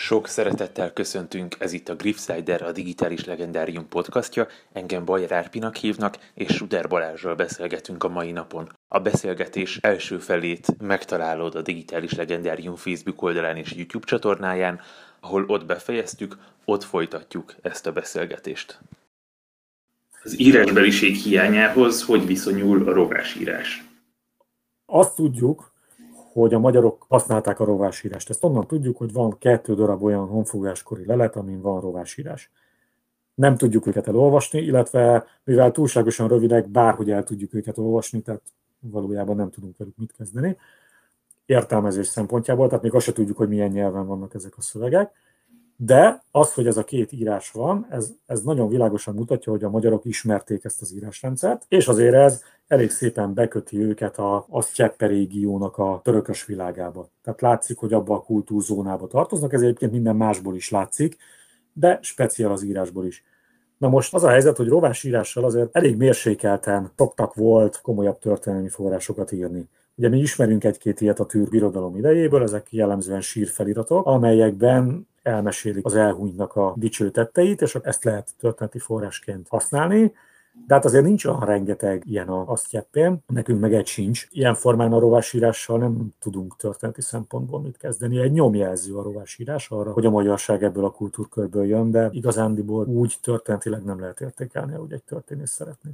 Sok szeretettel köszöntünk, ez itt a Griffsider, a Digitális Legendárium podcastja. Engem Bajer Árpinak hívnak, és Suder Balázsral beszélgetünk a mai napon. A beszélgetés első felét megtalálod a Digitális Legendárium Facebook oldalán és YouTube csatornáján, ahol ott befejeztük, ott folytatjuk ezt a beszélgetést. Az írásbeliség hiányához hogy viszonyul a rovásírás? Azt tudjuk, hogy a magyarok használták a rovásírást. Ezt onnan tudjuk, hogy van 2 darab olyan honfogáskori lelet, amin van rovásírás. Nem tudjuk őket elolvasni, illetve mivel túlságosan rövidek, bárhogy el tudjuk őket olvasni, tehát valójában nem tudunk velük mit kezdeni. Értelmezés szempontjából, tehát még azt se tudjuk, hogy milyen nyelven vannak ezek a szövegek. De az, hogy ez a 2 írás van, ez nagyon világosan mutatja, hogy a magyarok ismerték ezt az írásrendszert, és azért ez elég szépen beköti őket a Sztyeppe régiónak a törökös világába. Tehát látszik, hogy abba a kultúrzónába tartoznak, ez egyébként minden másból is látszik, de speciál az írásból is. Na most az a helyzet, hogy rovásírással azért elég mérsékelten szoktak volt komolyabb történelmi forrásokat írni. Ugye mi ismerünk egy-két ilyet a Türk Birodalom idejéből, ezek jellemzően sírfeliratok, amelyekben elmesélik az elhunytnak a dicső tetteit, és ezt lehet történeti forrásként használni. De hát azért nincs olyan rengeteg ilyen a Sztyeppén, nekünk meg egy sincs. Ilyen formán a rovásírással nem tudunk történeti szempontból mit kezdeni. Egy nyomjelző a rovásírás arra, hogy a magyarság ebből a kultúrkörből jön, de igazándiból úgy történetileg nem lehet értékelni, ahogy egy történész szeretné.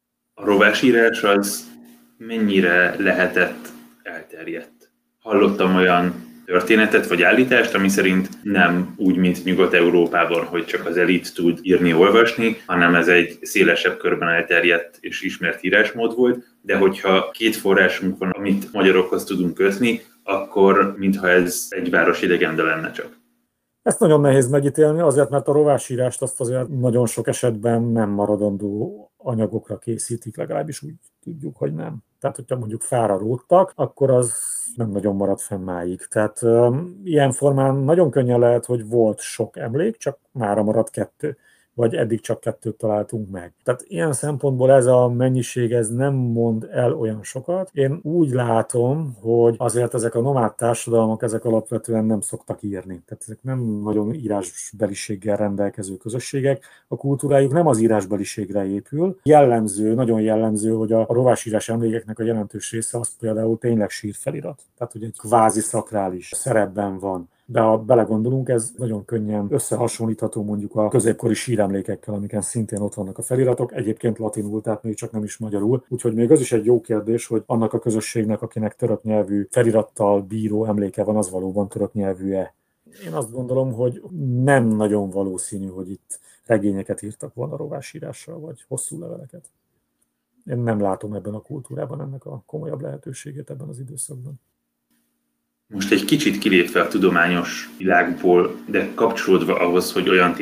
A rovásírás az mennyire lehetett elterjedt? Hallottam olyan történetet vagy állítást, ami szerint nem úgy, mint Nyugat-Európában, hogy csak az elit tud írni-olvasni, hanem ez egy szélesebb körben elterjedt és ismert írásmód volt, de hogyha 2 forrásunk van, amit magyarokhoz tudunk kötni, akkor mintha ez egy városi legenda lenne csak. Ezt nagyon nehéz megítélni, azért, mert a rovásírást azt azért nagyon sok esetben nem maradandó anyagokra készítik, legalábbis úgy tudjuk, hogy nem. Tehát, hogyha mondjuk fára róttak, akkor az nem nagyon marad fenn máig. Tehát ilyen formán nagyon könnyen lehet, hogy volt sok emlék, csak mára maradt 2. Vagy eddig csak 2 találtunk meg. Tehát ilyen szempontból ez a mennyiség ez nem mond el olyan sokat. Én úgy látom, hogy azért ezek a nomád társadalmak, ezek alapvetően nem szoktak írni. Tehát ezek nem nagyon írásbeliséggel rendelkező közösségek. A kultúrájuk nem az írásbeliségre épül. Jellemző, nagyon jellemző, hogy a rovásírás emlékeknek a jelentős része az például tényleg sírfelirat. Tehát, hogy egy kvázi szakrális szerepben van. De ha belegondolunk, ez nagyon könnyen összehasonlítható mondjuk a középkori síremlékekkel, amiken szintén ott vannak a feliratok, egyébként latinul, tehát még csak nem is magyarul. Úgyhogy még az is egy jó kérdés, hogy annak a közösségnek, akinek török nyelvű felirattal bíró emléke van, az valóban török nyelvű-e. Én azt gondolom, hogy nem nagyon valószínű, hogy itt regényeket írtak volna rovásírással, vagy hosszú leveleket. Én nem látom ebben a kultúrában ennek a komolyabb lehetőségét ebben az időszakban. Most egy kicsit kilépve a tudományos világból, de kapcsolódva ahhoz, hogy olyan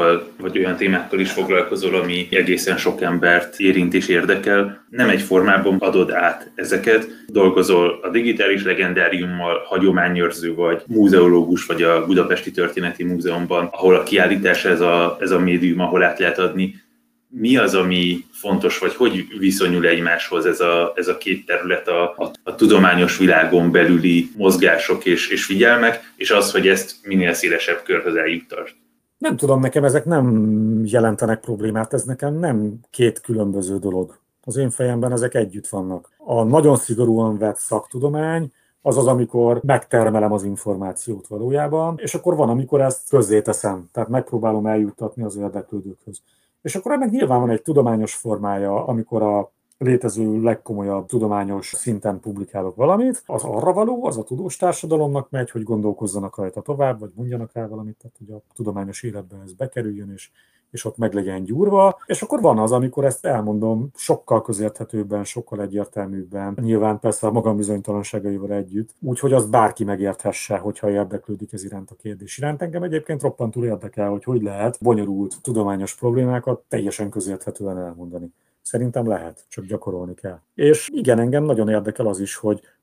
témákkal is foglalkozol, ami egészen sok embert érint és érdekel, nem egy formában adod át ezeket, dolgozol a Digitális Legendáriummal, hagyományőrző vagy, múzeológus vagy a Budapesti Történeti Múzeumban, ahol a kiállítás ez a médium, ahol át lehet adni. Mi az, ami fontos, vagy hogy viszonyul egymáshoz ez a 2 terület, a tudományos világon belüli mozgások és figyelmek, és az, hogy ezt minél szélesebb körhöz eljuttasd? Nem tudom, nekem ezek nem jelentenek problémát, ez nekem nem 2 különböző dolog. Az én fejemben ezek együtt vannak. A nagyon szigorúan vett szaktudomány, az, amikor megtermelem az információt valójában, és akkor van, amikor ezt közzéteszem, tehát megpróbálom eljuttatni az érdeklődőkhöz. És akkor ennek nyilván van egy tudományos formája, amikor a létező legkomolyabb tudományos szinten publikálok valamit, az arra való, az a tudós társadalomnak megy, hogy gondolkozzanak rajta tovább, vagy mondjanak rá valamit, tehát hogy a tudományos életbe ez bekerüljön, és ott meg legyen gyúrva. És akkor van az, amikor ezt elmondom sokkal közérthetőbben, sokkal egyértelműbben, nyilván persze a magam bizonytalanságaival együtt, úgyhogy azt bárki megérthesse, hogyha érdeklődik ez iránt a kérdés iránt. Engem egyébként roppantul érdekel, hogy lehet bonyolult tudományos problémákat teljesen közérthetően elmondani. Szerintem lehet, csak gyakorolni kell. És igen, engem nagyon érdekel az is,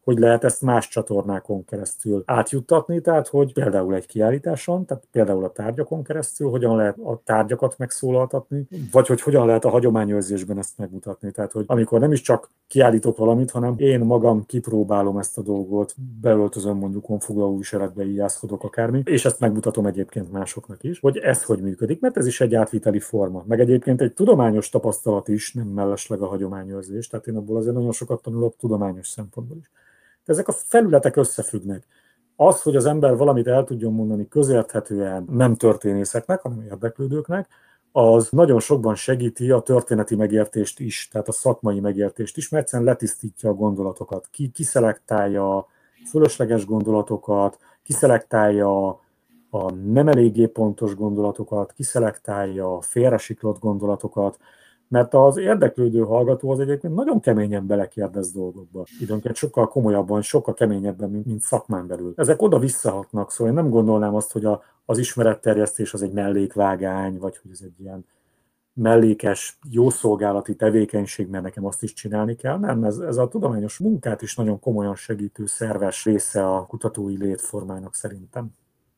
hogy lehet ezt más csatornákon keresztül átjuttatni, tehát hogy például egy kiállításon, tehát például a tárgyakon keresztül hogyan lehet a tárgyakat megszólaltatni, vagy hogy hogyan lehet a hagyományőrzésben ezt megmutatni. Tehát, hogy amikor nem is csak kiállítok valamit, hanem én magam kipróbálom ezt a dolgot, beöltözöm mondjuk honfoglaló viseletbe, íjászkodok akármi, és ezt megmutatom egyébként másoknak is, hogy ez hogy működik, mert ez is egy átviteli forma. Meg egyébként egy tudományos tapasztalat is, nem mellesleg a hagyományőrzés, tehát én abból azért nagyon sokat tanulok tudományos szempontból is. De ezek a felületek összefüggnek. Az, hogy az ember valamit el tudjon mondani közérthetően nem történészeknek, hanem érdeklődőknek, az nagyon sokban segíti a történeti megértést is, tehát a szakmai megértést is, mert egyszerűen letisztítja a gondolatokat, kiszelektálja a fölösleges gondolatokat, kiszelektálja a nem eléggé pontos gondolatokat, kiszelektálja a félresiklott gondolatokat, mert az érdeklődő hallgató az egyébként nagyon keményen belekérdez dolgokba. Időnként sokkal komolyabban, sokkal keményebben, mint szakmán belül. Ezek oda visszahatnak, szóval én nem gondolnám azt, hogy az ismeretterjesztés az egy mellékvágány, vagy hogy ez egy ilyen mellékes, jószolgálati tevékenység, mert nekem azt is csinálni kell. Nem, ez a tudományos munkát is nagyon komolyan segítő szerves része a kutatói létformának szerintem.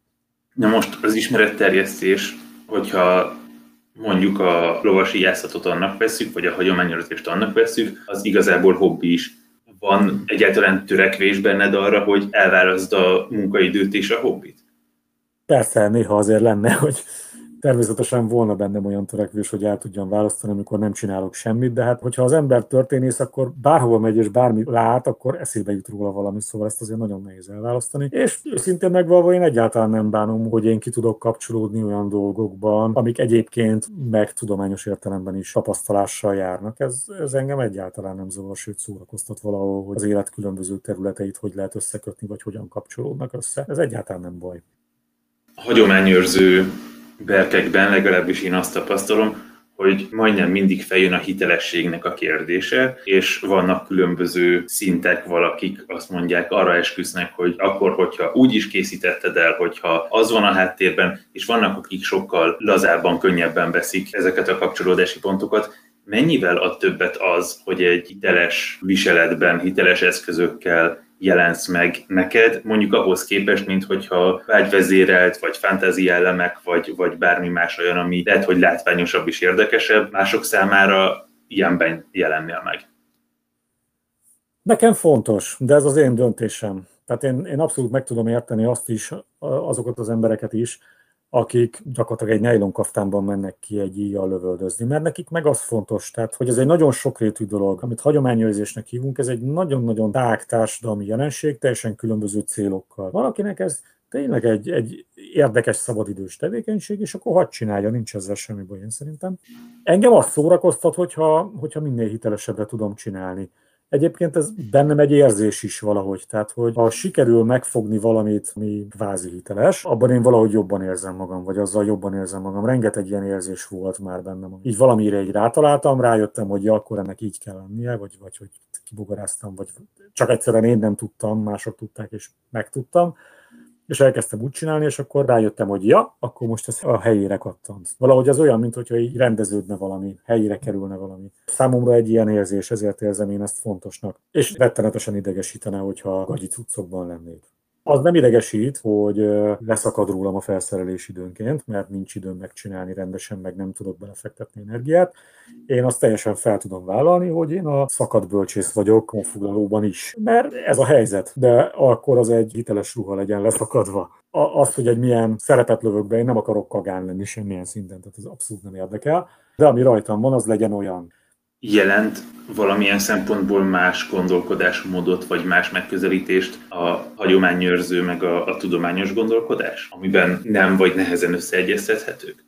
Na most az ismeretterjesztés, hogyha mondjuk a lovasi jászatot annak vesszük, vagy a hagyományőrzést annak vesszük, az igazából hobbi is. Van egyáltalán törekvés benned arra, hogy elválaszd a munkaidőt és a hobbit? Persze, néha azért lenne, hogy természetesen volna bennem olyan törekvés, hogy el tudjam választani, amikor nem csinálok semmit, de hát hogyha az ember történész, akkor bárhova megy és bármit lát, akkor eszébe jut róla valami, szóval ezt azért nagyon nehéz elválasztani. És őszintén megvalva én egyáltalán nem bánom, hogy én ki tudok kapcsolódni olyan dolgokban, amik egyébként meg tudományos értelemben is tapasztalással járnak. Ez engem egyáltalán nem zavar, sőt szórakoztat valahol, hogy az élet különböző területeit hogy lehet összekötni, vagy hogyan kapcsolódnak össze. Ez egyáltalán nem baj. A hagyományőrző berkekben, legalábbis én azt tapasztalom, hogy majdnem mindig feljön a hitelességnek a kérdése, és vannak különböző szintek, valakik azt mondják, arra esküsznek, hogy akkor, hogyha úgy is készítetted el, hogyha az van a háttérben, és vannak, akik sokkal lazábban, könnyebben veszik ezeket a kapcsolódási pontokat. Mennyivel ad többet az, hogy egy hiteles viseletben, hiteles eszközökkel jelensz meg neked, mondjuk ahhoz képest, mint hogyha vágyvezérelt, vagy fantáziaelemek, vagy bármi más olyan, ami lehet, hogy látványosabb és érdekesebb, mások számára ilyenben jelennél meg. Nekem fontos, de ez az én döntésem. Tehát én abszolút meg tudom érteni azt is, azokat az embereket is, akik gyakorlatilag egy nejlonkaftánban mennek ki egy íjjal lövöldözni, mert nekik meg az fontos, tehát hogy ez egy nagyon sokrétű dolog, amit hagyományőrzésnek hívunk, ez egy nagyon-nagyon tág társadalmi jelenség, teljesen különböző célokkal. Valakinek ez tényleg egy érdekes szabadidős tevékenység, és akkor hadd csinálja, nincs ezzel semmi baj, én szerintem. Engem azt szórakoztat, hogyha minél hitelesebbre tudom csinálni. Egyébként ez bennem egy érzés is valahogy, tehát hogy ha sikerül megfogni valamit, ami kvázi hiteles, abban én valahogy jobban érzem magam, vagy azzal jobban érzem magam. Rengeteg ilyen érzés volt már bennem. Így valamire így rátaláltam, rájöttem, hogy ja, akkor ennek így kell lennie, vagy hogy kibogaráztam, vagy csak egyszerűen én nem tudtam, mások tudták, és megtudtam. És elkezdtem úgy csinálni, és akkor rájöttem, hogy ja, akkor most ez a helyére kattant. Valahogy az olyan, mintha így rendeződne valami, helyére kerülne valami. Számomra egy ilyen érzés, ezért érzem én ezt fontosnak. És rettenetesen idegesítene, hogyha gagyi cuccokban lennék. Az nem idegesít, hogy leszakad rólam a felszerelés időnként, mert nincs időm megcsinálni rendesen, meg nem tudok belefektetni energiát. Én azt teljesen fel tudom vállalni, hogy én a szakadt bölcsész vagyok honfoglalóban is. Mert ez a helyzet, de akkor az egy hiteles ruha legyen leszakadva. Az, hogy egy milyen szerepet lövök be, én nem akarok kagán lenni semmilyen szinten, tehát ez abszolút nem érdekel. De ami rajtam van, az legyen olyan. Jelent valamilyen szempontból más gondolkodásmódot, vagy más megközelítést a hagyományőrző, meg a tudományos gondolkodás, amiben nem vagy nehezen összeegyeztethetők?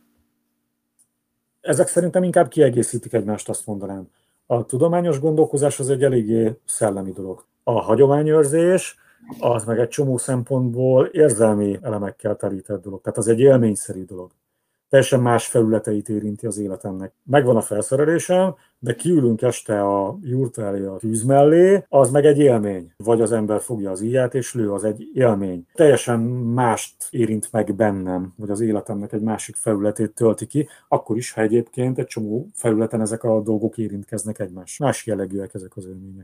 Ezek szerintem inkább kiegészítik egymást, azt mondanám. A tudományos gondolkozás az egy eléggé szellemi dolog. A hagyományőrzés az meg egy csomó szempontból érzelmi elemekkel terített dolog. Tehát az egy élményszerű dolog. Teljesen más felületeit érinti az életemnek. Megvan a felszerelésem, de kiülünk este a jurta elé, a tűz mellé, az meg egy élmény. Vagy az ember fogja az íját és lő, az egy élmény. Teljesen mást érint meg bennem, vagy az életemnek egy másik felületét tölti ki, akkor is, ha egyébként egy csomó felületen ezek a dolgok érintkeznek egymással. Más jellegűek ezek az élmények.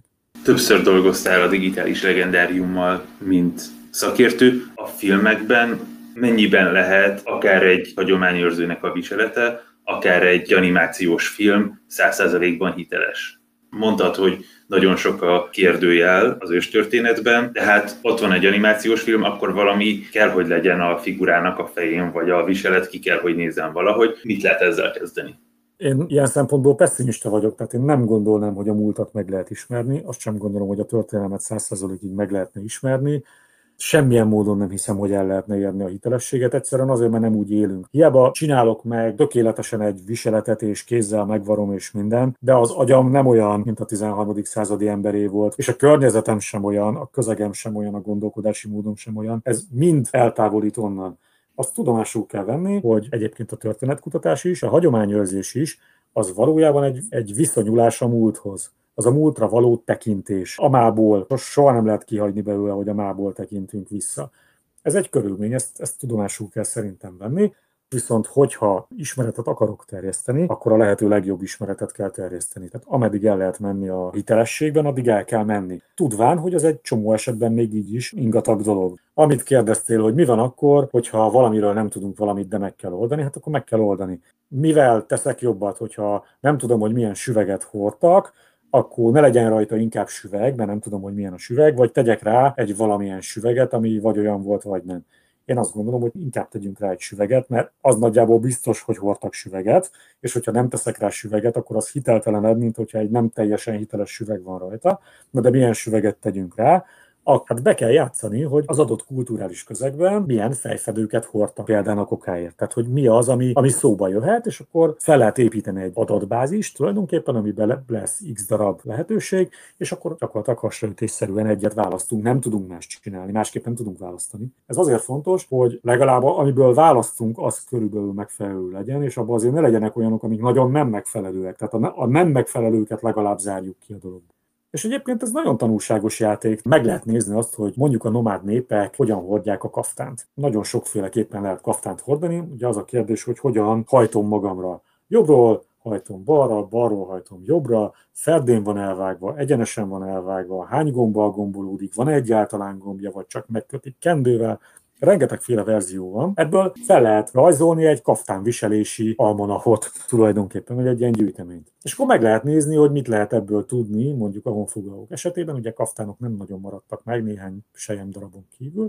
többször dolgoztál a digitális legendáriummal, mint szakértő. A filmekben mennyiben lehet akár egy hagyományőrzőnek a viselete, akár egy animációs film 100%-ban hiteles? Mondtad, hogy nagyon sok a kérdőjel az őstörténetben, de hát ott van egy animációs film, akkor valami kell, hogy legyen a figurának a fején, vagy a viselet ki kell, hogy nézzen valahogy. Mit lehet ezzel kezdeni? Én ilyen szempontból pessimista vagyok, tehát én nem gondolnám, hogy a múltat meg lehet ismerni, azt sem gondolom, hogy a történelmet 100%-ig meg lehetne ismerni. Semmilyen módon nem hiszem, hogy el lehetne érni a hitelességet, egyszerűen azért, mert nem úgy élünk. Hiába csinálok meg tökéletesen egy viseletet, és kézzel megvarom és minden, de az agyam nem olyan, mint a 13. századi emberé volt, és a környezetem sem olyan, a közegem sem olyan, a gondolkodási módom sem olyan. Ez mind eltávolít onnan. Azt tudomásul kell venni, hogy egyébként a történetkutatás is, a hagyományőrzés is, az valójában egy viszonyulás a múlthoz. Az a múltra való tekintés. A mából, soha nem lehet kihagyni belőle, hogy a mából tekintünk vissza. Ez egy körülmény, ezt tudomásul kell szerintem venni. Viszont hogyha ismeretet akarok terjeszteni, akkor a lehető legjobb ismeretet kell terjeszteni. Tehát ameddig el lehet menni a hitelességben, addig el kell menni. Tudván, hogy az egy csomó esetben még így is ingatag dolog. Amit kérdeztél, hogy mi van akkor, hogyha valamiről nem tudunk valamit, de meg kell oldani, hát akkor meg kell oldani. Mivel teszek jobbat, hogyha nem tudom, hogy milyen süveget hordtak, akkor ne legyen rajta inkább süveg, mert nem tudom, hogy milyen a süveg, vagy tegyek rá egy valamilyen süveget, ami vagy olyan volt, vagy nem. Én azt gondolom, hogy inkább tegyünk rá egy süveget, mert az nagyjából biztos, hogy hordtak süveget, és hogyha nem teszek rá süveget, akkor az hiteltelenebb, mint hogyha egy nem teljesen hiteles süveg van rajta. Na de milyen süveget tegyünk rá? Hát be kell játszani, hogy az adott kulturális közegben milyen fejfedőket hordtak például a kokáért. Tehát, hogy mi az, ami szóba jöhet, és akkor fel lehet építeni egy adatbázist tulajdonképpen, amiben lesz x darab lehetőség, és akkor gyakorlatilag hasonlítésszerűen egyet választunk. Nem tudunk más csinálni, másképp nem tudunk választani. Ez azért fontos, hogy legalább amiből választunk, az körülbelül megfelelő legyen, és abban azért ne legyenek olyanok, amik nagyon nem megfelelőek. Tehát a nem megfelelőket legalább zárjuk ki a dologba. És egyébként ez nagyon tanulságos játék. Meg lehet nézni azt, hogy mondjuk a nomád népek hogyan hordják a kaftánt. Nagyon sokféleképpen lehet kaftánt hordani. Ugye az a kérdés, hogy hogyan hajtom magamra. Jobbról hajtom balra, balról hajtom jobbra, ferdén van elvágva, egyenesen van elvágva, hány gombbal gombolódik, van egyáltalán gombja, vagy csak megkötik kendővel. Rengetegféle verzió van. Ebből fel lehet rajzolni egy kaftánviselési almanachot tulajdonképpen, vagy egy ilyen gyűjteményt. És akkor meg lehet nézni, hogy mit lehet ebből tudni, mondjuk a honfoglalók esetében, ugye kaftánok nem nagyon maradtak meg, néhány selyemdarabon kívül,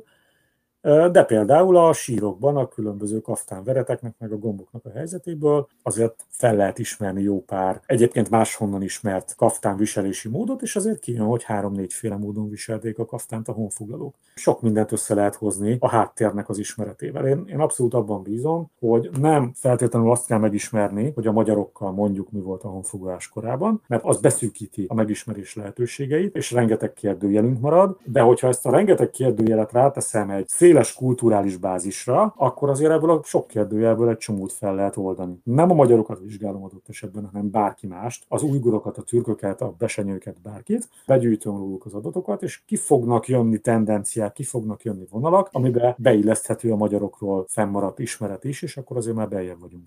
de például a sírokban a különböző kaftánvereteknek, meg a gomboknak a helyzetéből azért fel lehet ismerni jó pár, egyébként máshonnan ismert kaftánviselési módot, és azért kijön, hogy 3-4 féle módon viselték a kaftánt a honfoglalók. Sok mindent össze lehet hozni a háttérnek az ismeretével. Én abszolút abban bízom, hogy nem feltétlenül azt kell megismerni, hogy a magyarokkal mondjuk mi volt a honfoglalás korában, mert az beszűkíti a megismerés lehetőségeit, és rengeteg kérdőjelünk marad, de hogyha ezt a rengeteg kérdőjelet ráteszem egy széles kulturális bázisra, akkor azért ebből a sok kérdőjelből egy csomót fel lehet oldani. Nem a magyarokat vizsgálom adott esetben, hanem bárki mást, az ujgurokat, a türköket, a besenyőket, bárkit, begyűjtöm róluk az adatokat, és ki fognak jönni tendenciák, ki fognak jönni vonalak, amiben beilleszthető a magyarokról fennmaradt ismeret is, és akkor azért már beljebb vagyunk.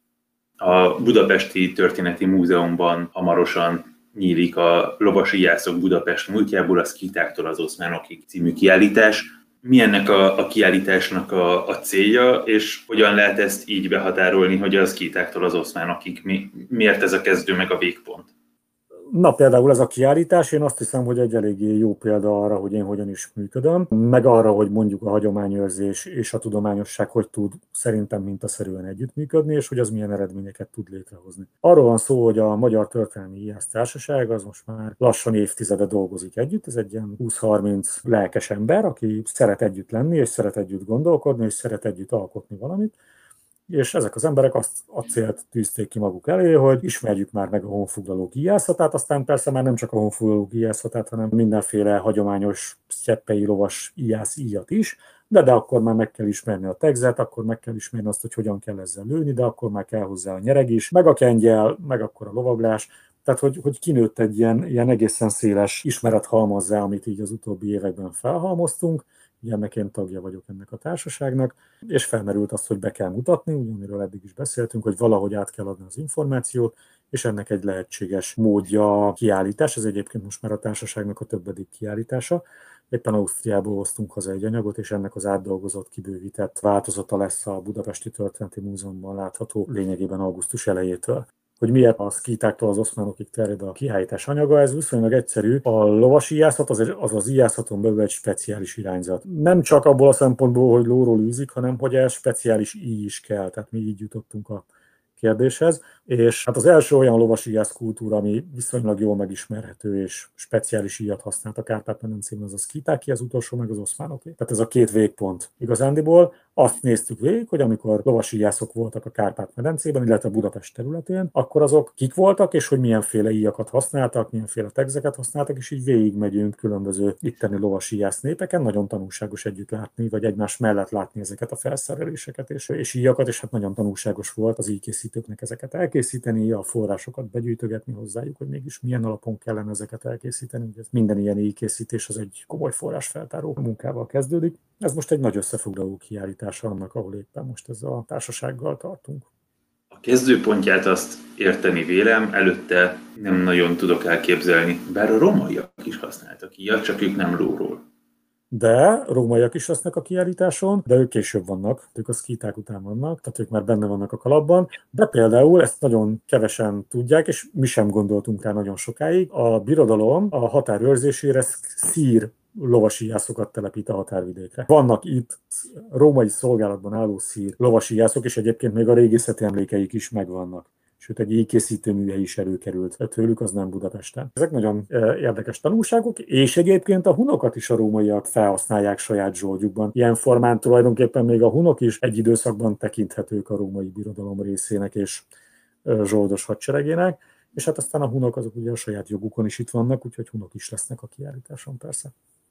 A Budapesti Történeti Múzeumban hamarosan nyílik a Lovasíjászok Budapest múltjából a szkítáktól az oszmánokig című kiállítás. Mi ennek a kiállításnak a célja, és hogyan lehet ezt így behatárolni, hogy a szkítáktól az oszmánokig miért ez a kezdő meg a végpont? Na például ez a kiállítás, én azt hiszem, hogy egy eléggé jó példa arra, hogy én hogyan is működöm, meg arra, hogy mondjuk a hagyományőrzés és a tudományosság hogy tud szerintem mintaszerűen együttműködni, és hogy az milyen eredményeket tud létrehozni. Arról van szó, hogy a Magyar Történelmi Íjász Társaság az most már lassan évtizede dolgozik együtt, ez egy ilyen 20-30 lelkes ember, aki szeret együtt lenni, és szeret együtt gondolkodni, és szeret együtt alkotni valamit. És ezek az emberek azt a célt tűzték ki maguk elé, hogy ismerjük már meg a honfoglalók íjászatát, aztán persze már nem csak a honfoglalók íjászatát, hanem mindenféle hagyományos sztyeppei lovas íjász íjat is, de akkor már meg kell ismerni a tegzet, akkor meg kell ismerni azt, hogy hogyan kell ezzel lőni, de akkor már kell hozzá a nyereg is, meg a kengyel, meg akkor a lovaglás. Tehát, hogy kinőtt egy ilyen egészen széles ismerethalmazzá, amit így az utóbbi években felhalmoztunk, ennek én tagja vagyok ennek a társaságnak, és felmerült az, hogy be kell mutatni, ugyaniről eddig is beszéltünk, hogy valahogy át kell adni az információt, és ennek egy lehetséges módja kiállítás, ez egyébként most már a társaságnak a többedik kiállítása. Éppen Ausztriából hoztunk haza egy anyagot, és ennek az átdolgozott, kibővített változata lesz a Budapesti Történeti Múzeumban látható lényegében augusztus elejétől. Hogy miért a szkítáktól az oszmánokig terjed a kiállítás anyaga, ez viszonylag egyszerű. A lovasíjászat az ijászaton belül egy speciális irányzat. Nem csak abból a szempontból, hogy lóról űzik, hanem hogy ez speciális íj is kell, tehát mi így jutottunk a kérdéshez, és hát az első olyan lovasíjász kultúra, ami viszonylag jól megismerhető és speciális íjat használt a Kárpát-medencében, az a szkítáké, az utolsó meg az oszmánoké. Tehát ez a két végpont. Igazándiból azt néztük végig, hogy amikor lovasíjászok voltak a Kárpát-medencében, illetve Budapest területén, akkor azok kik voltak, és hogy milyenféle íjakat használtak, milyenféle tegzeket használtak, és így végigmegyünk különböző itteni lovasíjász népeken. Nagyon tanulságos együtt látni, vagy egymás mellett látni ezeket a felszereléseket és íjakat, és hát nagyon tanulságos volt az íjkészítőknek ezeket elkészíteni, a forrásokat begyűjtögetni hozzájuk, hogy mégis milyen alapon kellene ezeket elkészíteni. Minden ilyen íjkészítés az egy komoly forrásfeltáró munkával kezdődik. Ez most egy nagy összefoglaló kiállítása annak, ahol éppen most ezzel a társasággal tartunk. A kezdőpontját azt érteni vélem, előtte nem nagyon tudok elképzelni, bár a rómaiak is használtak ilyet, csak ők nem lóról. De rómaiak is lesznek a kiállításon, de ők később vannak, ők a szkíták után vannak, tehát ők már benne vannak a kalapban, de például ezt nagyon kevesen tudják, és mi sem gondoltunk rá nagyon sokáig, a birodalom a határőrzésére szír lovasíjászokat telepít a határvidékre. Vannak itt római szolgálatban álló szír lovasíjászok, és egyébként még a régészeti emlékeik is megvannak. Sőt, egy íjkészítő műhely is előkerült tőlük, az nem Budapesten. Ezek nagyon érdekes tanulságok, és egyébként a hunokat is a rómaiak felhasználják saját zsoldjukban. Ilyen formán tulajdonképpen még a hunok is egy időszakban tekinthetők a római birodalom részének és zsoldos hadseregének, és hát aztán a hunok azok ugye a saját jogukon is itt vannak, úgyhogy hunok is lesznek a kiállításon persze.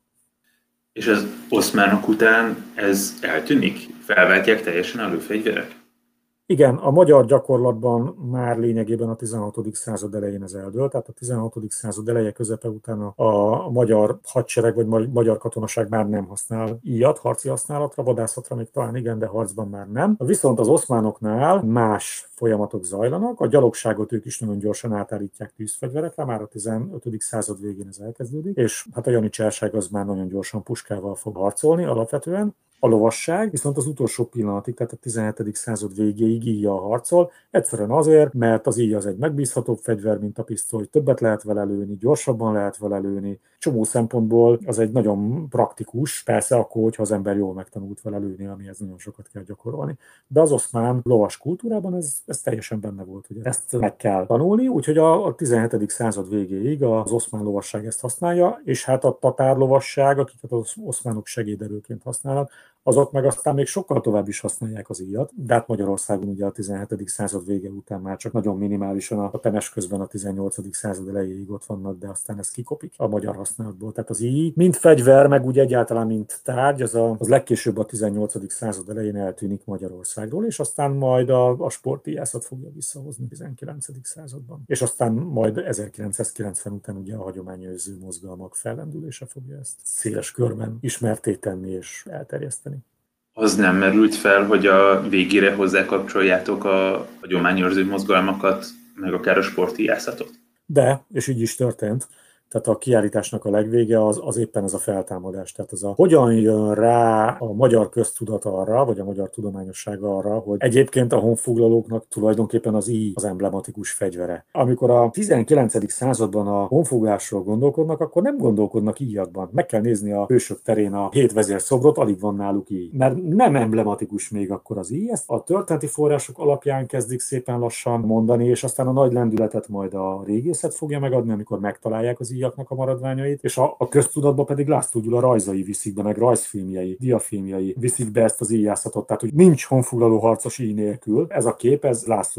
És az oszmánok után ez eltűnik? Felváltják teljesen a lőfegyverek? Igen, a magyar gyakorlatban már lényegében a 16. század elején ez eldőlt, tehát a 16. század eleje közepe után a magyar hadsereg vagy magyar katonaság már nem használ íjat harci használatra, vadászatra még talán igen, de harcban már nem. Viszont az oszmánoknál más folyamatok zajlanak, a gyalogságot ők is nagyon gyorsan átállítják tűzfegyverekre, már a 15. század végén ez elkezdődik, és hát a janicserság az már nagyon gyorsan puskával fog harcolni alapvetően. A lovasság viszont az utolsó pillanatig, tehát a 17. század végéig íjjal harcol, egyszerűen azért, mert az íj az egy megbízhatóbb fegyver, mint a pisztoly, többet lehet vele lőni, gyorsabban lehet vele lőni. Csomó szempontból az egy nagyon praktikus, persze akkor, hogyha az ember jól megtanult vele lőni, amihez nagyon sokat kell gyakorolni. De az oszmán lovas kultúrában ez teljesen benne volt, hogy ezt meg kell tanulni, úgyhogy a 17. század végéig az oszmán lovasság ezt használja, és hát a tatár lovasság, akiket az oszmánok segéderőként használnak, azok meg aztán még sokkal tovább is használják az íjat, de hát Magyarországon ugye a 17. század vége után már csak nagyon minimálisan a temes közben a 18. század elejéig ott vannak, de aztán ez kikopik a magyar használatból. Tehát az íj, mint fegyver, meg úgy egyáltalán mint tárgy, az legkésőbb a 18. század elején eltűnik Magyarországról, és aztán majd a sportíjászat fogja visszahozni a 19. században. És aztán majd 1990 után ugye a hagyományőrző mozgalmak fellendülése fogja ezt széles körben ismertté tenni és elterjeszteni. Az nem merült fel, hogy a végére hozzákapcsoljátok a hagyományőrző mozgalmakat, meg akár a sportijászatot? De, és így is történt. Tehát a kiállításnak a legvége az éppen ez a feltámadás. Tehát hogyan jön rá a magyar köztudat arra, vagy a magyar tudományosság arra, hogy egyébként a honfoglalóknak tulajdonképpen az íj az emblematikus fegyvere. Amikor a 19. században a honfoglásról gondolkodnak, akkor nem gondolkodnak íjakban. Meg kell nézni a Hősök terén a 7 vezérszobrot, alig van náluk íj. Mert nem emblematikus még akkor az íj. Ezt a történeti források alapján kezdik szépen lassan mondani, és aztán a nagy lendületet majd a régészet fogja megadni, amikor megtalálják az íjaknak a maradványait, és a köztudatba pedig László Gyula rajzai viszik be, meg rajzfilmjei, diafilmjei viszik be ezt az íjászatot. Tehát, hogy nincs honfoglaló harcos íj nélkül. Ez a kép, ez László Gyula.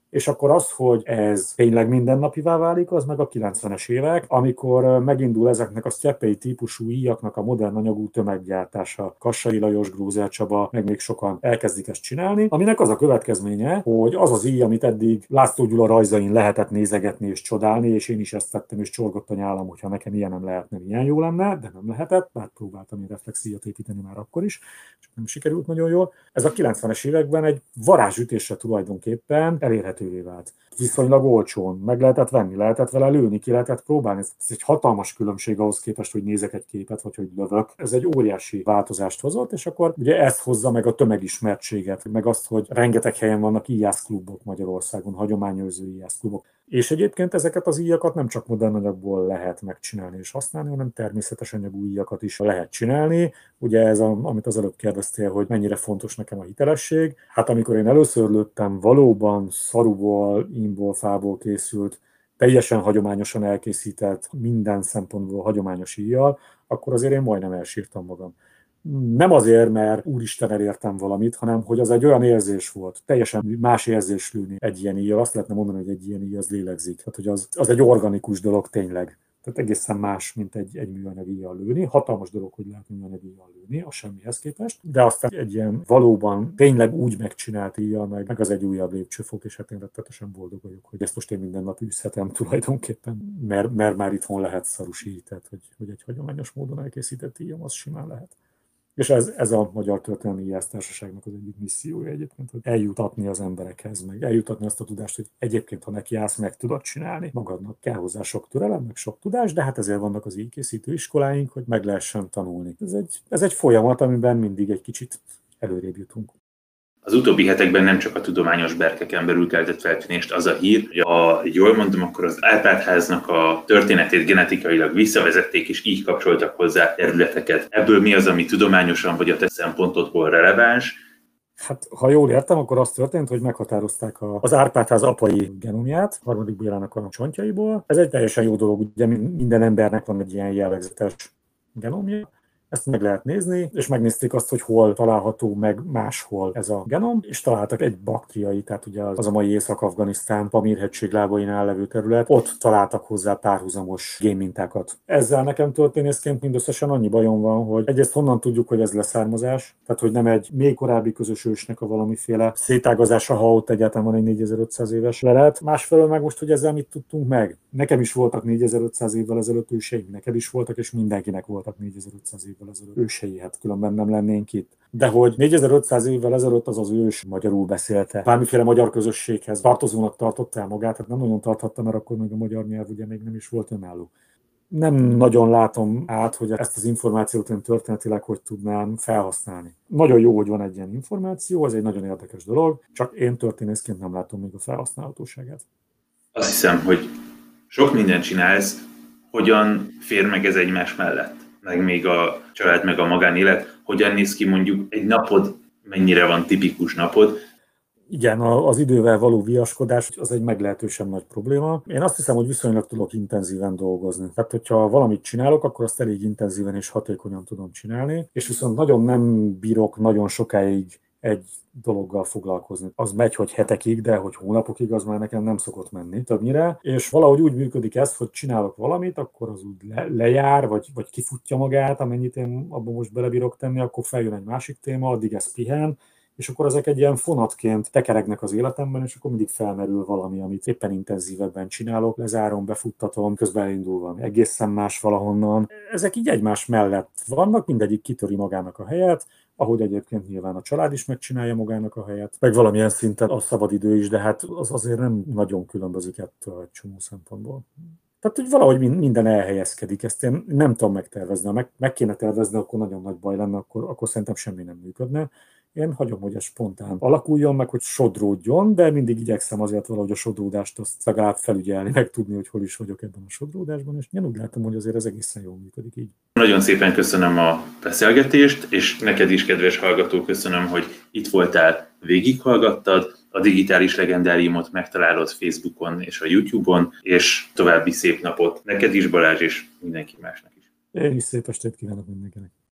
És akkor az, hogy ez tényleg mindennapivá válik, az meg a 90-es évek, amikor megindul ezeknek a sztyeppei típusú íjaknak a modern anyagú tömeggyártása. Kassai Lajos, Grózer Csaba, meg még sokan elkezdik ezt csinálni, aminek az a következménye, hogy az az íj, amit eddig László Gyula rajzain lehetett nézegetni és csodálni, és én is ezt tettem, és csorgott a nyálam, hogyha nekem ilyen nem lehetne, ilyen jó lenne, de nem lehetett, bár próbáltam én reflexíjat építeni már akkor is, csak nem sikerült nagyon jól. Ez a 90-es években egy varázsütésre tulajdonképpen elérhetővé vált. Viszonylag olcsón, meg lehetett venni, lehetett vele lőni, ki lehetett próbálni. Ez egy hatalmas különbség ahhoz képest, hogy nézek egy képet, vagy hogy lövök. Ez egy óriási változást hozott, és akkor ugye ez hozza meg a tömegismertséget, meg azt, hogy rengeteg helyen vannak íjászklubok Magyarországon, hagyományőrző íjászklubok. És egyébként ezeket az íjakat nem csak modern anyagból lehet megcsinálni és használni, hanem természetes anyagú íjakat is lehet csinálni. Ugye ez, amit az előbb kérdeztél, hogy mennyire fontos nekem a hitelesség. Hát amikor én először lőttem valóban szaruból, ímból, fából készült, teljesen hagyományosan elkészített, minden szempontból hagyományos íjjal, akkor azért én majdnem elsírtam magam. Nem azért, mert úristen elértem valamit, hanem hogy az egy olyan érzés volt, teljesen más érzés lőni egy ilyen íjjal. Azt lehetne mondani, hogy egy ilyen íj az lélegzik. Tehát, hogy az egy organikus dolog tényleg. Tehát egészen más, mint egy műanyag íjjal lőni. Hatalmas dolog, hogy lehet műanyag íjjal lőni, a semmihez képest. De aztán egy ilyen valóban tényleg úgy megcsinált íjjal, meg az egy újabb lépcsőfok, és hát én rettetesen boldog vagyok, hogy ezt most én minden nap űzhetem tulajdonképpen, mert már itthon lehet szarus íj, tehát hogy egy hagyományos módon elkészített íjam, az simán lehet. És ez a Magyar Történelmi Íjásztársaságnak az egyik missziója egyébként, hogy eljutatni az emberekhez, meg eljutatni azt a tudást, hogy egyébként, ha nekiállsz, meg tudod csinálni. Magadnak kell hozzá sok türelem, meg sok tudás, de hát ezért vannak az íjkészítő iskoláink, hogy meg lehessen tanulni. Ez egy folyamat, amiben mindig egy kicsit előrébb jutunk. Az utóbbi hetekben nem csak a tudományos berkeken belül keltett feltűnést az a hír, hogy ha jól mondom, akkor az Árpád-háznak a történetét genetikailag visszavezették, és így kapcsoltak hozzá területeket. Ebből mi az, ami tudományosan vagy a te szempontodból releváns? Hát, ha jól értem, akkor az történt, hogy meghatározták az Árpád-ház apai genomját, harmadik Bélának a csontjaiból. Ez egy teljesen jó dolog, ugye minden embernek van egy ilyen jellegzetes genomja. Ezt meg lehet nézni, és megnézték azt, hogy hol található meg máshol ez a genom, és találtak egy baktriai, tehát ugye az a mai Észak-Afganisztán, Pamír-hegység lábainál levő terület, ott találtak hozzá párhuzamos génmintákat. Ezzel nekem történészként mindösszesen annyi bajom van, hogy egyrészt honnan tudjuk, hogy ez leszármazás, tehát hogy nem egy még korábbi közös ősnek a valamiféle szétágazása, ha ott egyáltalán van egy 4500 éves lelet. Másfelől meg most, hogy ezzel mit tudtunk meg? Nekem is voltak 4500 évvel ezelőtt őseim, neked is voltak, és mindenkinek voltak 4500 évvel ezelőtt ősei, hát különben nem lennénk itt. De hogy 4500 évvel ezelőtt az ős magyarul beszélte, bármiféle magyar közösséghez tartozónak tartotta el magát, hát nem nagyon tarthatta, mert akkor még a magyar nyelv ugye még nem is volt önálló. Nem nagyon látom át, hogy ezt az információt én történetileg hogy tudnám felhasználni. Nagyon jó, hogy van egy ilyen információ, ez egy nagyon érdekes dolog, csak én történészként nem látom még a felhasználhatóságát. Azt hiszem, hogy sok mindent csinálsz, hogyan fér meg ez egymás mellett? Meg még a család, meg a magánélet, hogyan néz ki mondjuk egy napod, mennyire van tipikus napod? Igen, az idővel való viaskodás az egy meglehetősen nagy probléma. Én azt hiszem, hogy viszonylag tudok intenzíven dolgozni. Tehát, hogyha valamit csinálok, akkor azt elég intenzíven és hatékonyan tudom csinálni, és viszont nagyon nem bírok nagyon sokáig egy dologgal foglalkozni. Az megy, hogy hetekig, de hogy hónapokig, az már nekem nem szokott menni többnyire. És valahogy úgy működik ez, hogy csinálok valamit, akkor az úgy lejár, vagy kifutja magát, amennyit én abban most belebírok tenni, akkor feljön egy másik téma, addig ez pihen, és akkor ezek egy ilyen fonatként tekeregnek az életemben, és akkor mindig felmerül valami, amit éppen intenzívebben csinálok, lezárom, befuttatom, közben elindul valami egészen más valahonnan. Ezek így egymás mellett vannak, mindegyik kitöri magának a helyet, ahogy egyébként nyilván a család is megcsinálja magának a helyet, meg valamilyen szinten a szabadidő is, de hát az azért nem nagyon különbözik ettől egy csomó szempontból. Tehát, hogy valahogy minden elhelyezkedik, ezt én nem tudom megtervezni. Ha meg kéne tervezni, akkor nagyon nagy baj lenne, akkor szerintem semmi nem működne. Én hagyom, hogy ez spontán alakuljon, meg hogy sodródjon, de mindig igyekszem azért valahogy a sodródást azt legalább felügyelni, meg tudni, hogy hol is vagyok ebben a sodródásban, és én úgy látom, hogy azért ez egészen jól működik így. Nagyon szépen köszönöm a beszélgetést, és neked is, kedves hallgató, köszönöm, hogy itt voltál, végighallgattad. A Digitális Legendáriumot megtalálod Facebookon és a YouTube-on, és további szép napot neked is, Balázs, és mindenki másnak is. Én is szép estét kívánok mindenkinek.